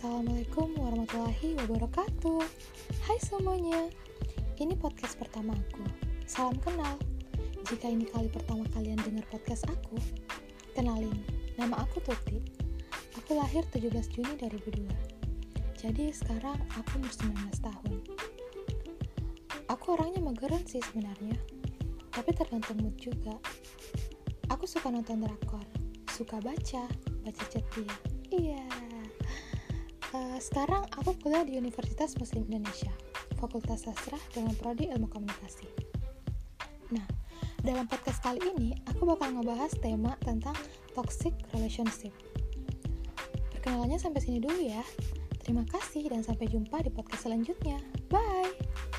Assalamualaikum warahmatullahi wabarakatuh. Hai semuanya, ini podcast pertama aku. Salam kenal. Jika ini kali pertama kalian dengar podcast aku, kenalin, nama aku Tuti. Aku lahir 17 Juni 2002. Jadi sekarang aku umur 19 tahun. Aku orangnya mageran sih sebenarnya, tapi tergantung mood juga. Aku suka nonton drakor, suka baca cetia. Iya. Sekarang aku kuliah di Universitas Muslim Indonesia, Fakultas Sastra dengan prodi Ilmu Komunikasi. Nah, dalam podcast kali ini aku bakal ngebahas tema tentang toxic relationship. Perkenalannya sampai sini dulu ya. Terima kasih dan sampai jumpa di podcast selanjutnya. Bye.